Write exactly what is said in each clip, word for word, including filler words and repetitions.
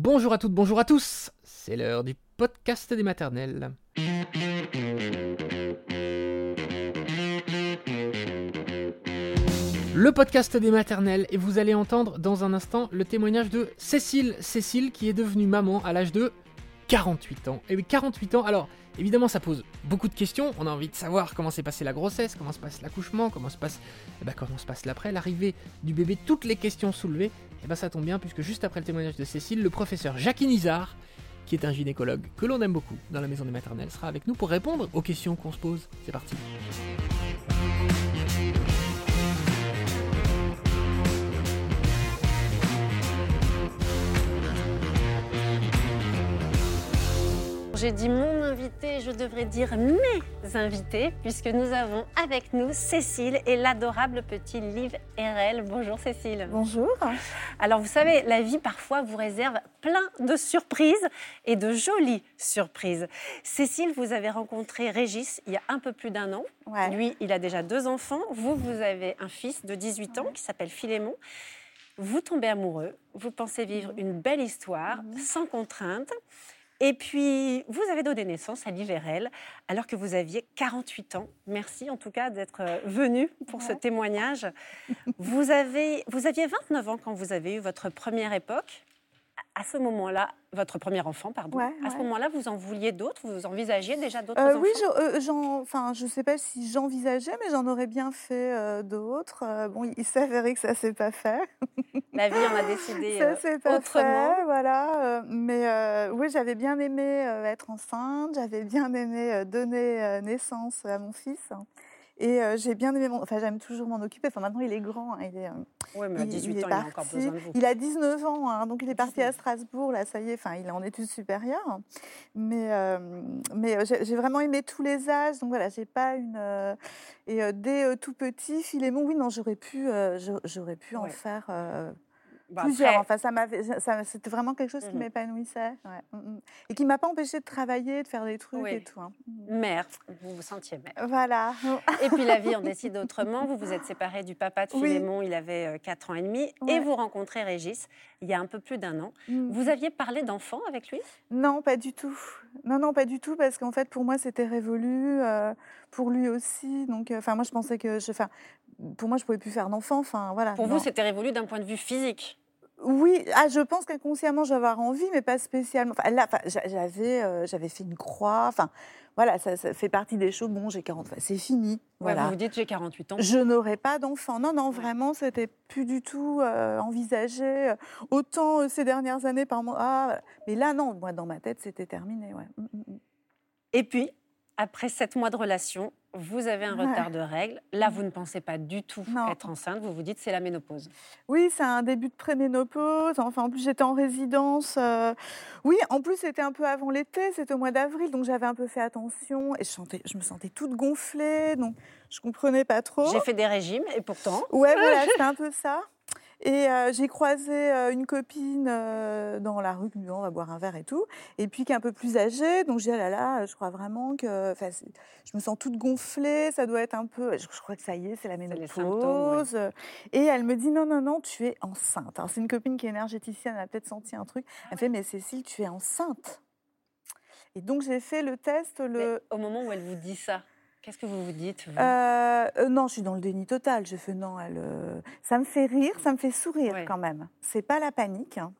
Bonjour à toutes, bonjour à tous, c'est l'heure du podcast des maternelles. Le podcast des maternelles, et vous allez entendre dans un instant le témoignage de Cécile. Cécile qui est devenue maman à l'âge de quarante-huit ans. Et oui, quarante-huit ans, alors évidemment ça pose beaucoup de questions, on a envie de savoir comment s'est passée la grossesse, comment se passe l'accouchement, comment se passe, eh ben, comment se passe l'après, l'arrivée du bébé, toutes les questions soulevées. Et ben ça tombe bien puisque juste après le témoignage de Cécile, le professeur Jacques Nizar, qui est un gynécologue que l'on aime beaucoup dans la maison des maternelles, sera avec nous pour répondre aux questions qu'on se pose. C'est parti. J'ai dit mon invité, je devrais dire mes invités, puisque nous avons avec nous Cécile et l'adorable petit Liv Erel. Bonjour Cécile. Bonjour. Alors vous savez, la vie parfois vous réserve plein de surprises et de jolies surprises. Cécile, vous avez rencontré Régis il y a un peu plus d'un an. Ouais. Lui, il a déjà deux enfants. Vous, vous avez un fils de dix-huit ans qui s'appelle Philémon. Vous tombez amoureux, vous pensez vivre une belle histoire, mmh. sans contrainte. Et puis, vous avez donné naissance à Liv Erel alors que vous aviez quarante-huit ans. Merci en tout cas d'être venu pour ouais. ce témoignage. Vous, avez, vous aviez vingt-neuf ans quand vous avez eu votre première époque. À ce moment-là, votre premier enfant, pardon. Ouais, à ouais. ce moment-là, vous en vouliez d'autres? Vous envisagiez déjà d'autres euh, enfants? Oui, je, euh, j'en, enfin, je ne sais pas si j'envisageais, mais j'en aurais bien fait euh, d'autres. Euh, bon, il s'avérait que ça ne s'est pas fait. La vie en a décidé ça euh, s'est pas autrement. Fait, voilà. Euh, mais euh, oui, j'avais bien aimé euh, être enceinte. J'avais bien aimé euh, donner euh, naissance à mon fils. Et euh, j'ai bien aimé, mon... enfin j'aime toujours m'en occuper. Enfin maintenant il est grand, hein, il est. Euh, oui, mais à dix-huit il ans, est il a encore besoin de vous. Il a dix-neuf ans, hein, donc il est parti à Strasbourg. Là, ça y est, enfin il est en études supérieures. Mais euh, mais euh, j'ai, j'ai vraiment aimé tous les âges. Donc voilà, j'ai pas une. Euh... Et euh, dès euh, tout petit, Philémon, oui non, j'aurais pu, euh, j'aurais pu ouais. en faire. Euh... Bah plusieurs, après... enfin ça m'avait, ça, c'était vraiment quelque chose qui mmh. m'épanouissait ouais. mmh. et qui ne m'a pas empêchée de travailler, de faire des trucs oui. et tout. Hein. Mère, vous vous sentiez mère. Voilà. Et puis la vie en décide autrement, vous vous êtes séparée du papa de Philémon, oui. il avait quatre ans et demi, ouais. et vous rencontrez Régis il y a un peu plus d'un an. Mmh. Vous aviez parlé d'enfants avec lui? Non, pas du tout. Non, non, pas du tout, parce qu'en fait pour moi c'était révolu, euh, pour lui aussi, donc enfin euh, moi je pensais que, je, enfin pour moi je ne pouvais plus faire d'enfant, enfin voilà. Pour non. vous c'était révolu d'un point de vue physique? Oui, ah, je pense qu'inconsciemment, je vais avoir envie, mais pas spécialement. Enfin, là, enfin, j'avais, euh, j'avais fait une croix. Enfin, voilà, ça, ça fait partie des choses. Bon, j'ai quarante, enfin, c'est fini. Ouais, voilà. Vous vous dites, j'ai quarante-huit ans. Je n'aurai pas d'enfant. Non, non, ouais. vraiment, c'était plus du tout euh, envisagé. Autant euh, ces dernières années, par mois. Ah, mais là, non, moi, dans ma tête, c'était terminé. Ouais. Mm, mm. Et puis, après sept mois de relation, vous avez un retard ouais. de règles. Là, vous ne pensez pas du tout non. être enceinte. Vous vous dites, c'est la ménopause. Oui, c'est un début de préménopause. Enfin, en plus, j'étais en résidence. Euh... Oui, en plus, c'était un peu avant l'été. C'était au mois d'avril, donc j'avais un peu fait attention. Et je, sentais, je me sentais toute gonflée, donc je ne comprenais pas trop. J'ai fait des régimes, et pourtant... Ouais, voilà, c'était un peu ça. Et euh, j'ai croisé euh, une copine euh, dans la rue, qui me dit on va boire un verre et tout, et puis qui est un peu plus âgée, donc je dis ah là là, je crois vraiment que, enfin, je me sens toute gonflée, ça doit être un peu, je, je crois que ça y est, c'est la ménopause. Oui. Et elle me dit non non non, tu es enceinte. Alors c'est une copine qui est énergéticienne, elle a peut-être senti un truc. Elle me fait mais Cécile, tu es enceinte. Et donc j'ai fait le test. Le... Mais au moment où elle vous dit ça. Qu'est-ce que vous vous dites vous euh, euh, Non, je suis dans le déni total. Je fais non, elle, euh... ça me fait rire, ça me fait sourire ouais. quand même. C'est pas la panique, hein.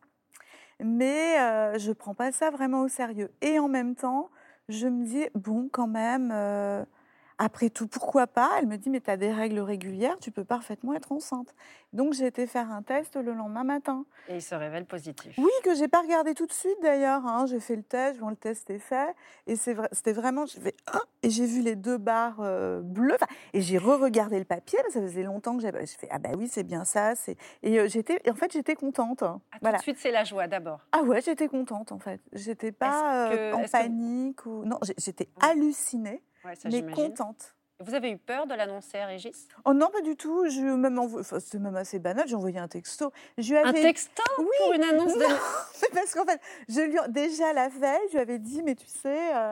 Mais euh, je prends pas ça vraiment au sérieux. Et en même temps, je me dis bon, quand même. Euh... Après tout, pourquoi pas? Elle me dit, mais tu as des règles régulières, tu peux parfaitement être enceinte. Donc, j'ai été faire un test le lendemain matin. Et il se révèle positif. Oui, que je n'ai pas regardé tout de suite d'ailleurs. Hein. J'ai fait le test, bon, le test est fait. Et c'est vrai, c'était vraiment, j'ai fait, oh, et j'ai vu les deux barres euh, bleues. Et j'ai re-regardé le papier, parce que ça faisait longtemps que j'avais. J'ai fait, ah bah oui, c'est bien ça. C'est... Et, euh, j'étais, et en fait, j'étais contente. Ah, tout voilà. de suite, c'est la joie d'abord. Ah ouais, j'étais contente en fait. J'étais pas euh, en panique. Que... ou... Non, j'étais ouais. hallucinée. Ouais, ça, mais j'imagine. Contente. Vous avez eu peur de l'annoncer à Régis? Oh non, pas du tout. Je même envo... enfin, c'était même assez banal. J'ai envoyé un texto. Je lui avais... Un texto oui, pour une annonce de... Non, c'est parce qu'en fait, je lui... déjà la veille, je lui avais dit, mais tu sais, euh,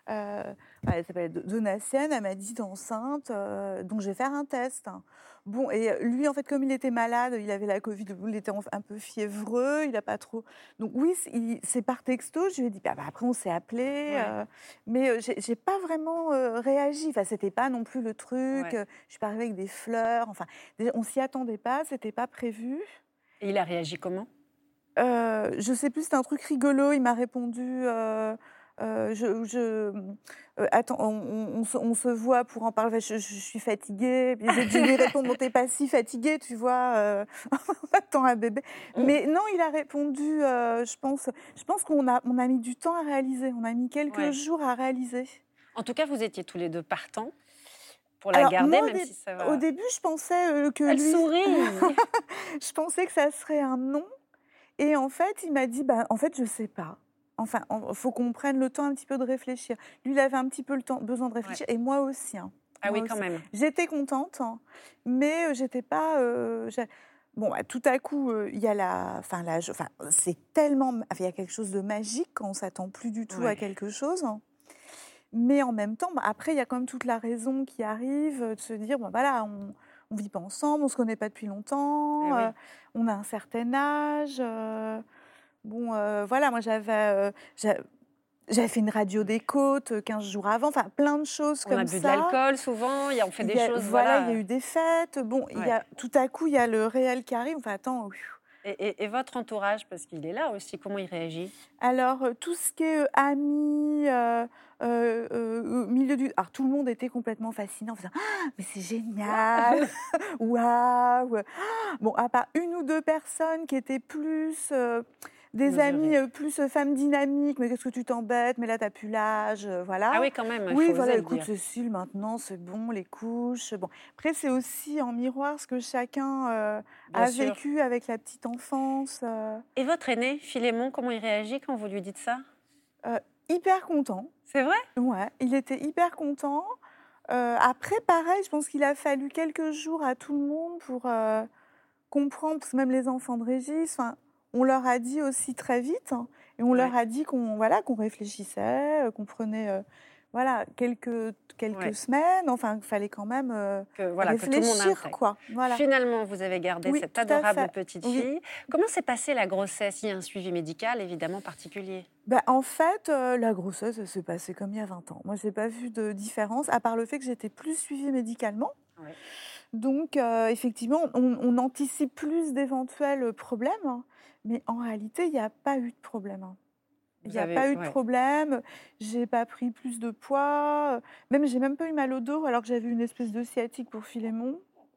Euh, elle s'appelle Donatienne, elle m'a dit t'es enceinte, euh, donc je vais faire un test. Bon, et lui, en fait, comme il était malade, il avait la Covid, il était un peu fiévreux, il n'a pas trop... Donc oui, c'est par texto, je lui ai dit, bah, bah, après on s'est appelé, ouais. euh, mais j'ai, j'ai pas vraiment euh, réagi, enfin, c'était pas non plus le truc, ouais. euh, je suis pas arrivée avec des fleurs, enfin, déjà, on s'y attendait pas, c'était pas prévu. Et il a réagi comment? euh, Je sais plus, c'était un truc rigolo, il m'a répondu... Euh, Euh, je, je euh, attends, on, on, on, se, on se voit pour en parler. Je, je suis fatiguée. Puis j'ai dû lui répondre, bon, t'es pas si fatiguée, tu vois. Euh, attends un bébé. Mais non, il a répondu. Euh, je pense, je pense qu'on a, on a mis du temps à réaliser. On a mis quelques ouais. jours à réaliser. En tout cas, vous étiez tous les deux partants pour la Alors, garder, moi, même dé- si ça va. Au début, je pensais euh, que Elle lui. sourit. Je pensais que ça serait un non. Et en fait, il m'a dit, bah, en fait, je sais pas. Enfin, il faut qu'on prenne le temps un petit peu de réfléchir. Lui, il avait un petit peu le temps, besoin de réfléchir, ouais. et moi aussi. Hein. Ah moi oui, quand aussi. même. J'étais contente, hein, mais euh, j'étais pas... Euh, j'ai... Bon, bah, tout à coup, il euh, y a la... Enfin, la... enfin, c'est tellement... Il y a quelque chose de magique quand on ne s'attend plus du tout ouais. à quelque chose. Mais en même temps, bah, après, il y a quand même toute la raison qui arrive de se dire, bon, voilà, on... on vit pas ensemble, on se connaît pas depuis longtemps, oui. euh, on a un certain âge... Euh... Bon, euh, voilà, moi, j'avais, euh, j'avais fait une radio des côtes quinze jours avant, enfin, plein de choses on comme ça. On a bu de l'alcool, souvent, on fait des il y a, choses, voilà. Voilà, il y a eu des fêtes, bon, ouais. il y a, tout à coup, il y a le réel qui arrive, enfin, attends... Et, et, et votre entourage, parce qu'il est là aussi, comment il réagit? Alors, euh, tout ce qui est euh, amis, euh, euh, euh, milieu du... Alors, tout le monde était complètement fascinant, en faisant ah, mais c'est génial, waouh. Bon, à part une ou deux personnes qui étaient plus... Euh, des Mesuré. amis euh, plus euh, femmes dynamiques, mais qu'est-ce que tu t'embêtes, mais là t'as plus l'âge, euh, voilà. Ah oui, quand même. Il oui, faut voilà. oser Écoute, le dire. Cécile, maintenant c'est bon, les couches. Bon, après c'est aussi en miroir ce que chacun euh, a sûr. vécu avec la petite enfance. Euh... Et votre aîné, Philémon, comment il réagit quand vous lui dites ça? euh, Hyper content. C'est vrai? Ouais, il était hyper content. Euh, après, pareil, je pense qu'il a fallu quelques jours à tout le monde pour euh, comprendre, parce que même les enfants de Régis. On leur a dit aussi très vite, hein, et on ouais. leur a dit qu'on voilà, qu'on réfléchissait, qu'on prenait euh, voilà, quelques, quelques ouais. semaines. Enfin, il fallait quand même euh, que, voilà, réfléchir. Quoi. Voilà. Finalement, vous avez gardé oui, cette adorable petite oui. fille. Comment s'est passée la grossesse? Il y a un suivi médical, évidemment, particulier. Ben, en fait, euh, la grossesse, elle s'est passée comme il y a vingt ans. Moi, je n'ai pas vu de différence, à part le fait que j'étais plus suivie médicalement. Ouais. Donc, euh, effectivement, on, on anticipe plus d'éventuels problèmes. Hein. Mais en réalité, il n'y a pas eu de problème. Il n'y a avez, pas eu ouais. de problème. J'ai pas pris plus de poids. Même, j'ai même pas eu mal au dos, alors que j'avais une espèce de sciatique pour Philémon.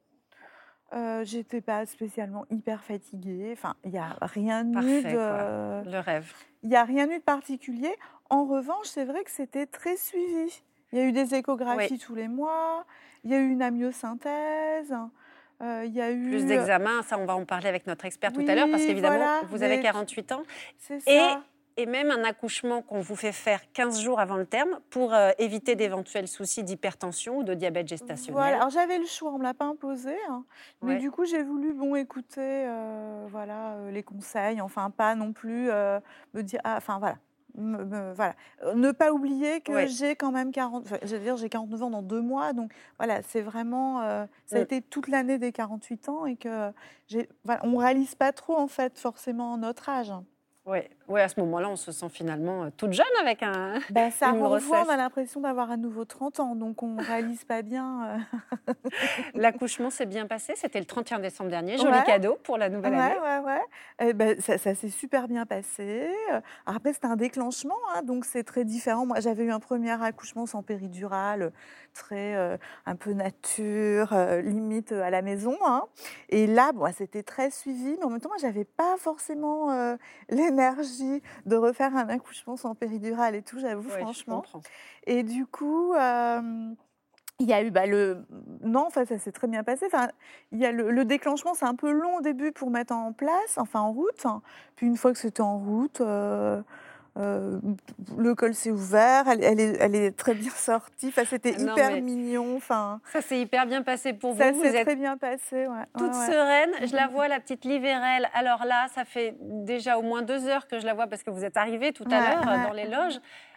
Euh, j'étais pas spécialement hyper fatiguée. Enfin, il n'y a rien Parfait, eu de... Quoi. Le rêve. Il n'y a rien eu de particulier. En revanche, c'est vrai que c'était très suivi. Il y a eu des échographies oui. tous les mois. Il y a eu une amyosynthèse. Euh, y a eu... Plus d'examens, ça on va en parler avec notre expert oui, tout à l'heure, parce qu'évidemment, voilà, vous avez quarante-huit ans. C'est ça. Et, et même un accouchement qu'on vous fait faire quinze jours avant le terme pour euh, éviter d'éventuels soucis d'hypertension ou de diabète gestationnel. Voilà, alors j'avais le choix, on ne me l'a pas imposé. Hein, mais ouais. du coup, j'ai voulu bon, écouter euh, voilà, euh, les conseils, enfin pas non plus euh, me dire... Ah, enfin voilà. Me, me, voilà. Ne pas oublier que ouais. j'ai quand même quarante, enfin, je veux dire, j'ai quarante-neuf ans dans deux mois, donc voilà, c'est vraiment, euh, ça a mm. été toute l'année des quarante-huit ans et que j'ai, voilà, on réalise pas trop en fait forcément notre âge. Oui, ouais, à ce moment-là, on se sent finalement toute jeune avec un. Ben, ça une renvoie, grossesse. On a l'impression d'avoir à nouveau trente ans, donc on ne réalise pas bien. Euh... L'accouchement s'est bien passé, c'était le trente et un décembre dernier, joli ouais. cadeau pour la nouvelle ouais, année. Ouais, ouais, ouais. Ben, ça, ça s'est super bien passé. Alors après, c'était un déclenchement, hein, donc c'est très différent. Moi, j'avais eu un premier accouchement sans péridurale, très euh, un peu nature, euh, limite à la maison. Hein. Et là, bon, c'était très suivi, mais en même temps, moi, j'avais pas forcément euh, l'énergie de refaire un accouchement sans péridurale et tout, j'avoue, ouais, franchement. Et du coup, euh, il y a eu bah, le... Non, enfin, ça s'est très bien passé. Enfin, il y a le, le déclenchement, c'est un peu long au début pour mettre en place, enfin en route. Puis une fois que c'était en route... Euh... Euh, le col s'est ouvert, elle, elle, est, elle est très bien sortie. Enfin, c'était non, hyper mignon. Enfin, ça s'est hyper bien passé pour vous. Ça vous s'est êtes très bien passé. Ouais. Toute ouais, sereine. Ouais. Je la vois, la petite Livérelle. Alors là, ça fait déjà au moins deux heures que je la vois parce que vous êtes arrivée tout à ouais, l'heure ouais. dans les loges.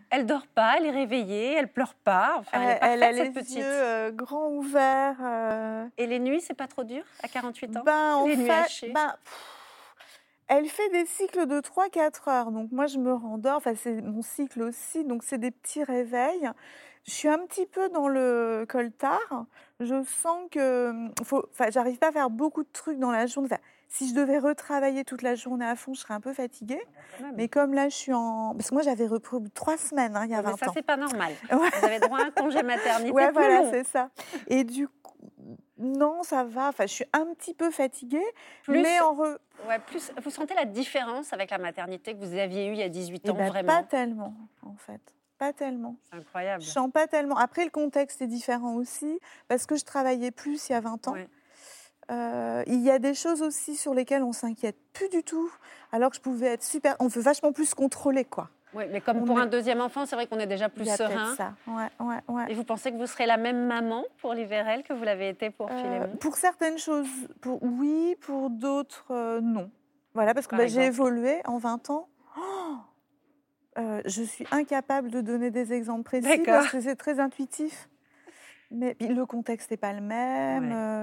Elle dort pas, elle est réveillée, elle pleure pas. Enfin, elle, est Elle, elle parfaite, a cette les petite. yeux euh, grands ouverts. euh. Et les nuits, c'est pas trop dur à quarante-huit ans? Ben, en Les nuits fait, hachées. ben, pff, elle fait des cycles de trois quatre heures. Donc moi, je me rendors. Enfin, c'est mon cycle aussi. Donc c'est des petits réveils. Je suis un petit peu dans le coltard. Je sens que hum, faut, enfin, j'arrive pas à faire beaucoup de trucs dans la journée. Enfin, si je devais retravailler toute la journée à fond, je serais un peu fatiguée. Quand même. Mais comme là, je suis en... Parce que moi, j'avais repris au bout de trois semaines, hein, il y a Mais vingt ça, ans. c'est pas normal. Ouais. Vous avez droit à un congé maternité Ouais, plus voilà, long. c'est ça. Et du coup, non, ça va. Enfin, je suis un petit peu fatiguée, Plus- mais en re... Ouais, plus, vous sentez la différence avec la maternité que vous aviez eue il y a dix-huit Eh ans, ben, vraiment? pas tellement, en fait. Pas tellement. C'est incroyable. Je sens pas tellement. Après, le contexte est différent aussi, parce que je travaillais plus il y a vingt ans. Ouais. Euh, il y a des choses aussi sur lesquelles on s'inquiète plus du tout, alors que je pouvais être super... On veut vachement plus contrôler, quoi. Oui, mais comme On pour est- un deuxième enfant, c'est vrai qu'on est déjà plus Il y a serein. peut-être ça. Ouais, ouais, ouais. Et vous pensez que vous serez la même maman pour l'Ivérel que vous l'avez été pour Euh, Philémon? pour certaines choses, pour, oui, pour d'autres, euh, non. Voilà, parce que Par bah, j'ai exemple. évolué en vingt ans. Oh Euh, je suis incapable de donner des exemples précis D'accord. parce que c'est très intuitif. Mais puis, le contexte n'est pas le même. Ouais. euh,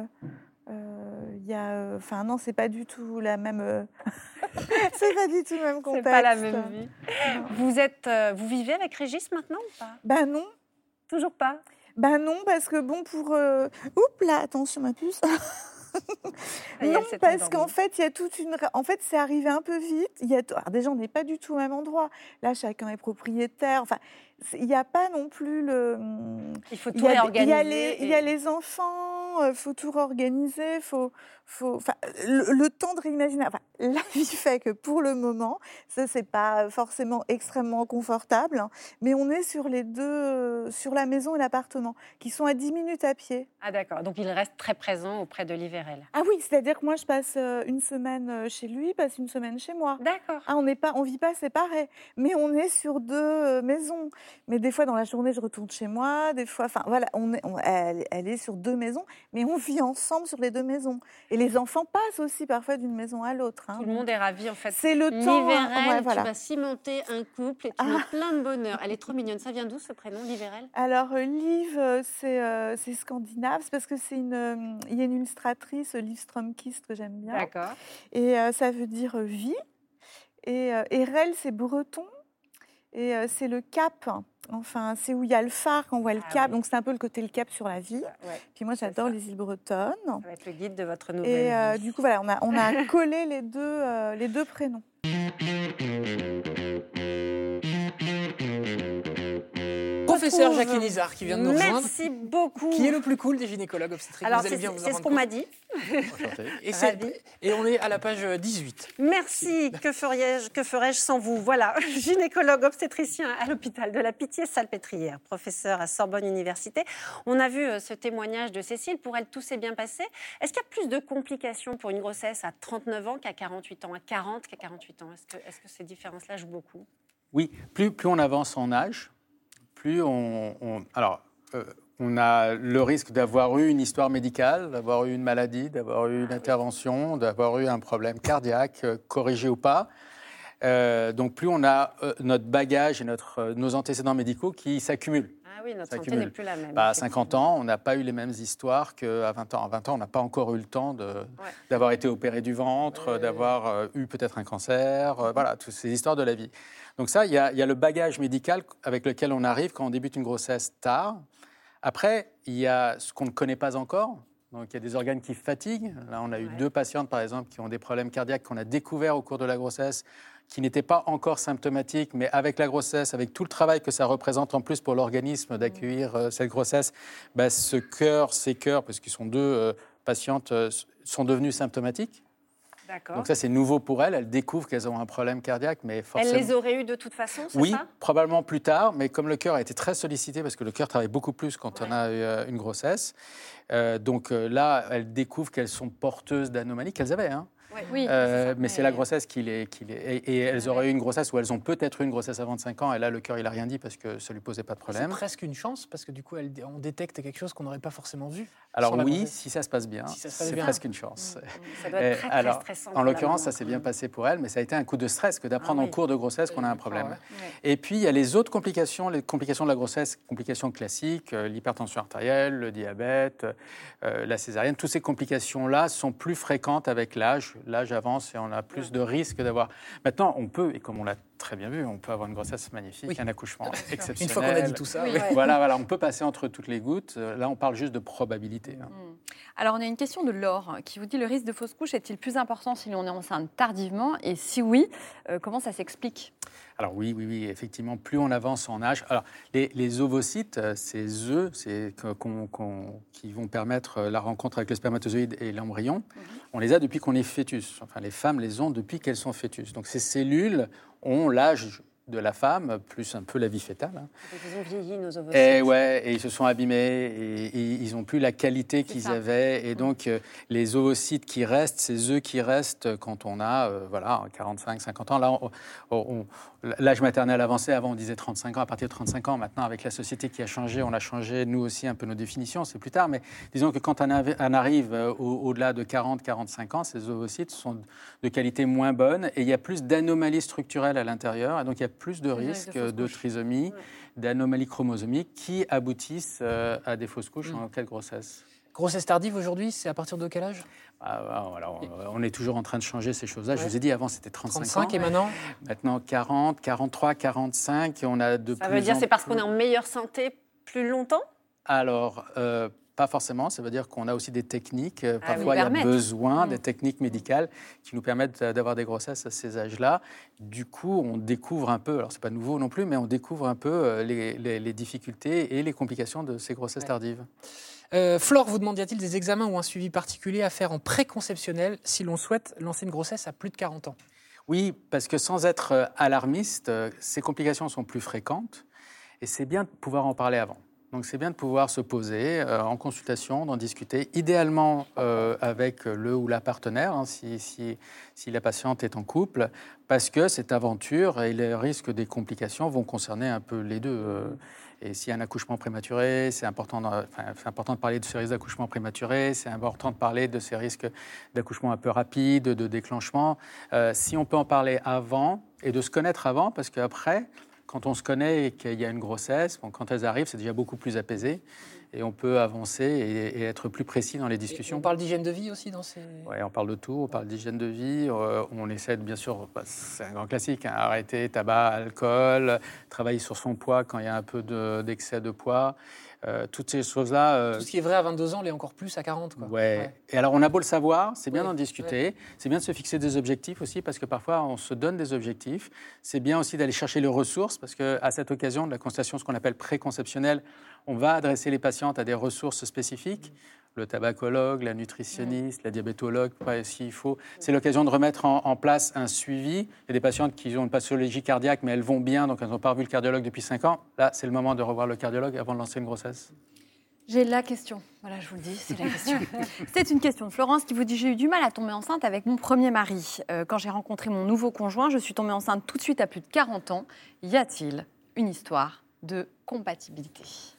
euh, il y a, enfin non, c'est pas du tout la même. euh, c'est pas du tout le même C'est contexte. pas la même vie. Non. Vous, êtes, euh, vous vivez avec Régis maintenant ou pas? Ben non, Toujours pas. ben non, parce que bon pour. Euh... Oups là, attention ma puce. Ça y est, Non, elle s'est parce endormie. qu'en fait, il y a toute une. En fait, c'est arrivé un peu vite. Il y a... Alors, déjà, on n'est pas du tout au même endroit. Là, chacun est propriétaire. Enfin, c'est- il n'y a pas non plus le. Il faut Il tout y a, il y réorganiser. a les, il y a et- les enfants. Il faut tout réorganiser. Faut, faut. Enfin, le, le temps de réimaginer. Enfin, la vie fait que pour le moment, ça c'est pas forcément extrêmement confortable, hein, mais on est sur les deux, sur la maison et l'appartement, qui sont à dix minutes à pied. Ah d'accord, donc il reste très présent auprès de l'Ivérel. Ah oui, c'est-à-dire que moi, je passe euh, une semaine euh, chez lui, il passe une semaine chez moi. D'accord. Ah, on n'est pas, on vit pas séparés, mais on est sur deux euh, maisons. Mais des fois, dans la journée, je retourne chez moi. Des fois, enfin voilà, on est, on- elle, elle est sur deux maisons, mais on vit ensemble sur les deux maisons. Et les enfants passent aussi parfois d'une maison à l'autre. hein. Tout le monde est ravi en fait. C'est le temps. hein. L'Ivérel, Ouais, tu voilà. vas cimenter un couple et tu Ah. mets plein de bonheur. Elle est trop mignonne. Ça vient d'où ce prénom, l'Ivérel? Alors, euh, Liv, euh, c'est euh, c'est scandinave, c'est parce que c'est une, euh, il y a une illustratrice, Liv Strömquist, que j'aime bien. D'accord. Et euh, ça veut dire euh, vie. Et euh, Erel, c'est breton. Et euh, c'est le cap. Enfin, c'est où il y a le phare, quand on voit le Ah cap. oui. Donc, c'est un peu le côté le cap sur la vie. Ouais. Puis moi, j'adore ça. les îles bretonnes. Ça va être le guide de votre nouvelle Et euh, vie. du coup, voilà, on a, on a collé les deux, euh, les deux prénoms. Professeur retrouve- Jacqueline Izard qui vient de nous rejoindre. Merci beaucoup. Qui est le plus cool des gynécologues obstétriciens. Alors, vous allez c'est bien vous en c'est ce rendre qu'on compte. m'a dit. Enchanté. Et, c'est- Ravie. et on est à la page dix-huit. Merci. Que ferais-je que ferais-je sans vous? Voilà, gynécologue obstétricien à l'hôpital de la Pitié-Salpêtrière, professeur à Sorbonne Université. On a vu euh, ce témoignage de Cécile. Pour elle, tout s'est bien passé. Est-ce qu'il y a plus de complications pour une grossesse à trente-neuf ans qu'à quarante-huit ans, à quarante qu'à quarante-huit ans? Est-ce que, est-ce que ces différences-là jouent beaucoup? Oui, plus, plus on avance en âge, plus on... on- alors, euh, on a le risque d'avoir eu une histoire médicale, d'avoir eu une maladie, d'avoir eu une intervention, d'avoir eu un problème cardiaque, euh, corrigé ou pas. Euh, donc, plus on a euh, notre bagage et notre, euh, nos antécédents médicaux qui s'accumulent. Ah oui, notre Ça santé cumule. n'est plus la même. Bah, à cinquante ans, on n'a pas eu les mêmes histoires qu'à vingt ans. À vingt ans, on n'a pas encore eu le temps de, d'avoir été opéré du ventre, Ouais. d'avoir euh, eu peut-être un cancer, euh, voilà, toutes ces histoires de la vie. Donc ça, il y, a- il y a le bagage médical avec lequel on arrive quand on débute une grossesse tard. Après, il y a ce qu'on ne connaît pas encore. Donc, il y a des organes qui fatiguent. Là, on a eu Ouais. deux patientes, par exemple, qui ont des problèmes cardiaques qu'on a découverts au cours de la grossesse, qui n'étaient pas encore symptomatiques, mais avec la grossesse, avec tout le travail que ça représente en plus pour l'organisme d'accueillir euh, cette grossesse, bah, ce cœur, ces cœurs, parce qu'ils sont deux euh, patientes, euh, sont devenus symptomatiques. D'accord. Donc ça, c'est nouveau pour elles. Elles découvrent qu'elles ont un problème cardiaque, mais Elle forcément... les aurait eues de toute façon, c'est Oui, ça? probablement plus tard, mais comme le cœur a été très sollicité, parce que le cœur travaille beaucoup plus quand on a eu, euh, une grossesse, euh, donc euh, là, elles découvrent qu'elles sont porteuses d'anomalies qu'elles avaient. Hein. Ouais. Oui, Euh, c'est ça. mais c'est la grossesse qui les... Qui les et, et elles auraient eu une grossesse ou elles ont peut-être eu une grossesse à vingt-cinq ans, et là, le cœur, il n'a rien dit parce que ça ne lui posait pas de C'est problème. presque une chance parce que du coup, elle- on détecte quelque chose qu'on n'aurait pas forcément vu. Alors sans la oui, grossesse. si ça se passe bien, Si ça se passe c'est bien. presque une chance. Ça doit être Et très, alors, très stressant. en pour la l'occurrence, maman, ça s'est quand bien même. passé pour elle, mais ça a été un coup de stress que d'apprendre Ah en oui. cours de grossesse qu'on a un Ah problème. ouais. Ouais. Et puis, il y a les autres complications, les complications de la grossesse, complications classiques, euh, l'hypertension artérielle, le diabète, euh, la césarienne. Toutes ces complications-là sont plus fréquentes avec l'âge. L'âge avance et on a plus de risques d'avoir... Maintenant, on peut, et comme on l'a très bien vu, on peut avoir une grossesse magnifique, Oui. un accouchement exceptionnel. Une fois qu'on a dit tout ça, Oui, oui. ouais. Voilà, voilà, on peut passer entre toutes les gouttes. Euh, Là, on parle juste de probabilité. hein. Mm. Alors, on a une question de Laure qui vous dit, le risque de fausse couche est-il plus important si l'on est enceinte tardivement? Et si oui, euh, comment ça s'explique? Alors oui, oui, oui, effectivement, plus on avance en âge. Alors les, les ovocytes, euh, ces œufs, c'est que- qu'on- qu'on- qui vont permettre euh, la rencontre avec le spermatozoïde et l'embryon. On les a depuis qu'on est fœtus. Enfin, les femmes les ont depuis qu'elles sont fœtus. Donc ces cellules ont l'âge de la femme plus un peu la vie fétale. hein. Donc, ils ont vieilli, nos ovocytes. Et ouais, et ils se sont abîmés et, et ils n'ont plus la qualité qu'ils ça. avaient. Et donc, euh, les oocytes qui restent, ces œufs qui restent quand on a euh, voilà, quarante-cinq, cinquante ans, là, on- on- l'âge maternel avancé, avant on disait trente-cinq ans, à partir de trente-cinq ans, maintenant avec la société qui a changé, on a changé nous aussi un peu nos définitions, c'est plus tard, mais disons que quand on, av- on arrive euh, au- au-delà de quarante, quarante-cinq ans, ces oocytes sont de qualité moins bonne et il y a plus d'anomalies structurelles à l'intérieur, et donc il y a plus de Plus de risques fausses de couches. trisomie, d'anomalies chromosomiques qui aboutissent euh, à des fausses couches Mm. en cas de grossesse. Grossesse tardive aujourd'hui, c'est à partir de quel âge? Ah, ah, voilà, on, on est toujours en train de changer ces choses-là. Je Ouais. vous ai dit, avant c'était trente-cinq, trente-cinq ans. et maintenant? Maintenant quarante, quarante-trois, quarante-cinq. Et on a de Ça plus veut dire en c'est parce plus- qu'on est en meilleure santé plus longtemps? Alors, euh, pas forcément. Ça veut dire qu'on a aussi des techniques. euh, Ah oui, Parfois, il y a permettent. besoin Mm. des techniques médicales qui nous permettent euh, d'avoir des grossesses à ces âges-là. Du coup, on découvre un peu, alors c'est pas nouveau non plus, mais on découvre un peu euh, les, les- les difficultés et les complications de ces grossesses Ouais. tardives. Euh, Flore vous demande, y a-t-il des examens ou un suivi particulier à faire en préconceptionnel si l'on souhaite lancer une grossesse à plus de quarante ans? Oui, parce que sans être euh, alarmiste, euh, ces complications sont plus fréquentes et c'est bien de pouvoir en parler avant. Donc c'est bien de pouvoir se poser euh, en consultation, d'en discuter, idéalement euh, avec le ou la partenaire, hein, si, si, si la patiente est en couple, parce que cette aventure et les risques des complications vont concerner un peu les deux. euh. Et s'il y a un accouchement prématuré, c'est important, de, enfin, c'est important de parler de ces risques d'accouchement prématuré, c'est important de parler de ces risques d'accouchement un peu rapide, de déclenchement. Euh, si on peut en parler avant et de se connaître avant, parce qu'après, quand on se connaît et qu'il y a une grossesse, bon, quand elles arrivent, c'est déjà beaucoup plus apaisé et on peut avancer et, et être plus précis dans les discussions. On parle d'hygiène de vie aussi dans ces... Ouais, on parle de tout, on parle d'hygiène de vie, euh, on essaie de, bien sûr, bah, c'est un grand classique, hein, arrêter tabac, alcool, travailler sur son poids quand il y a un peu de- d'excès de poids, euh, toutes ces choses-là. euh, Tout ce qui est vrai à vingt-deux ans l'est encore plus à quarante. Quoi. Ouais. Et alors, on a beau le savoir, c'est bien Oui, d'en discuter, c'est bien de se fixer des objectifs aussi, parce que parfois, on se donne des objectifs. C'est bien aussi d'aller chercher les ressources, parce qu'à cette occasion de la consultation, ce qu'on appelle préconceptionnelle, on va adresser les patientes à des ressources spécifiques. Le tabacologue, la nutritionniste, la diabétologue, ouais, s'il faut. C'est l'occasion de remettre en, en place un suivi. Il y a des patientes qui ont une pathologie cardiaque, mais elles vont bien, donc elles n'ont pas revu le cardiologue depuis cinq ans. Là, c'est le moment de revoir le cardiologue avant de lancer une grossesse. J'ai la question. Voilà, je vous le dis, c'est la question. C'est une question de Florence qui vous dit « J'ai eu du mal à tomber enceinte avec mon premier mari. Euh, quand j'ai rencontré mon nouveau conjoint, je suis tombée enceinte tout de suite à plus de quarante ans. Y a-t-il une histoire de compatibilité ?»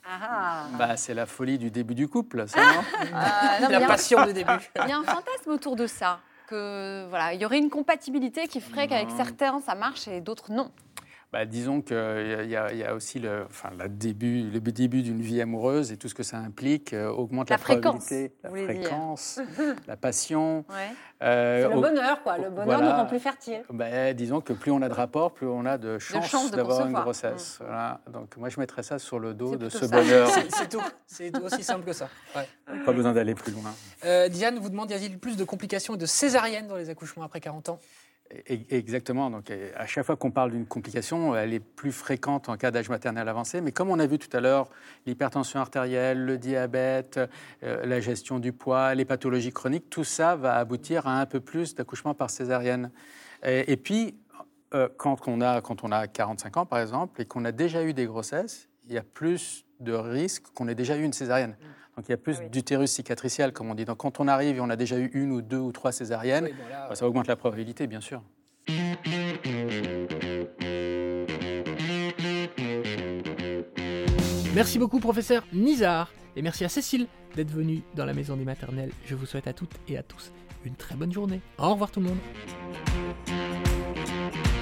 Ah, Bah, c'est la folie du début du couple, ça, non Ah, non, mais il y La a un- passion de début. Il y a un fantasme autour de ça, que voilà, il y aurait une compatibilité qui ferait qu'avec Non. certains ça marche et d'autres non. Bah, disons qu'il y, a- il y a aussi le, enfin, la début, le début d'une vie amoureuse et tout ce que ça implique euh, augmente La la, fréquence, probabilité, la vous voulez dire. fréquence, la passion. Ouais. euh, c'est le au- bonheur, quoi. Le bonheur voilà. nous rend plus fertile. Bah, disons que plus on a de rapports, plus on a de chances chances de d'avoir une concevoir. grossesse. Voilà. Donc moi, je mettrais ça sur le dos C'est de plutôt ce ça. bonheur. C'est c'est tout. C'est aussi simple que ça. Ouais. Pas besoin d'aller plus loin. Euh, Diane vous demande, y a-t-il plus de complications et de césariennes dans les accouchements après quarante ans? Et- Exactement. Donc, euh, à chaque fois qu'on parle d'une complication, elle est plus fréquente en cas d'âge maternel avancé. Mais comme on a vu tout à l'heure, l'hypertension artérielle, le diabète, euh, la gestion du poids, les pathologies chroniques, tout ça va aboutir à un peu plus d'accouchements par césarienne. Et, et puis, euh, quand, on a, quand on a quarante-cinq ans, par exemple, et qu'on a déjà eu des grossesses, il y a plus de risque qu'on ait déjà eu une césarienne. Donc il y a plus Ah oui. d'utérus cicatriciel, comme on dit. Donc quand on arrive et on a déjà eu une ou deux ou trois césariennes, Oui, bon, là, bah, ça augmente la probabilité, bien sûr. Merci beaucoup, professeur Nizar. Et merci à Cécile d'être venue dans la maison des maternelles. Je vous souhaite à toutes et à tous une très bonne journée. Au revoir tout le monde.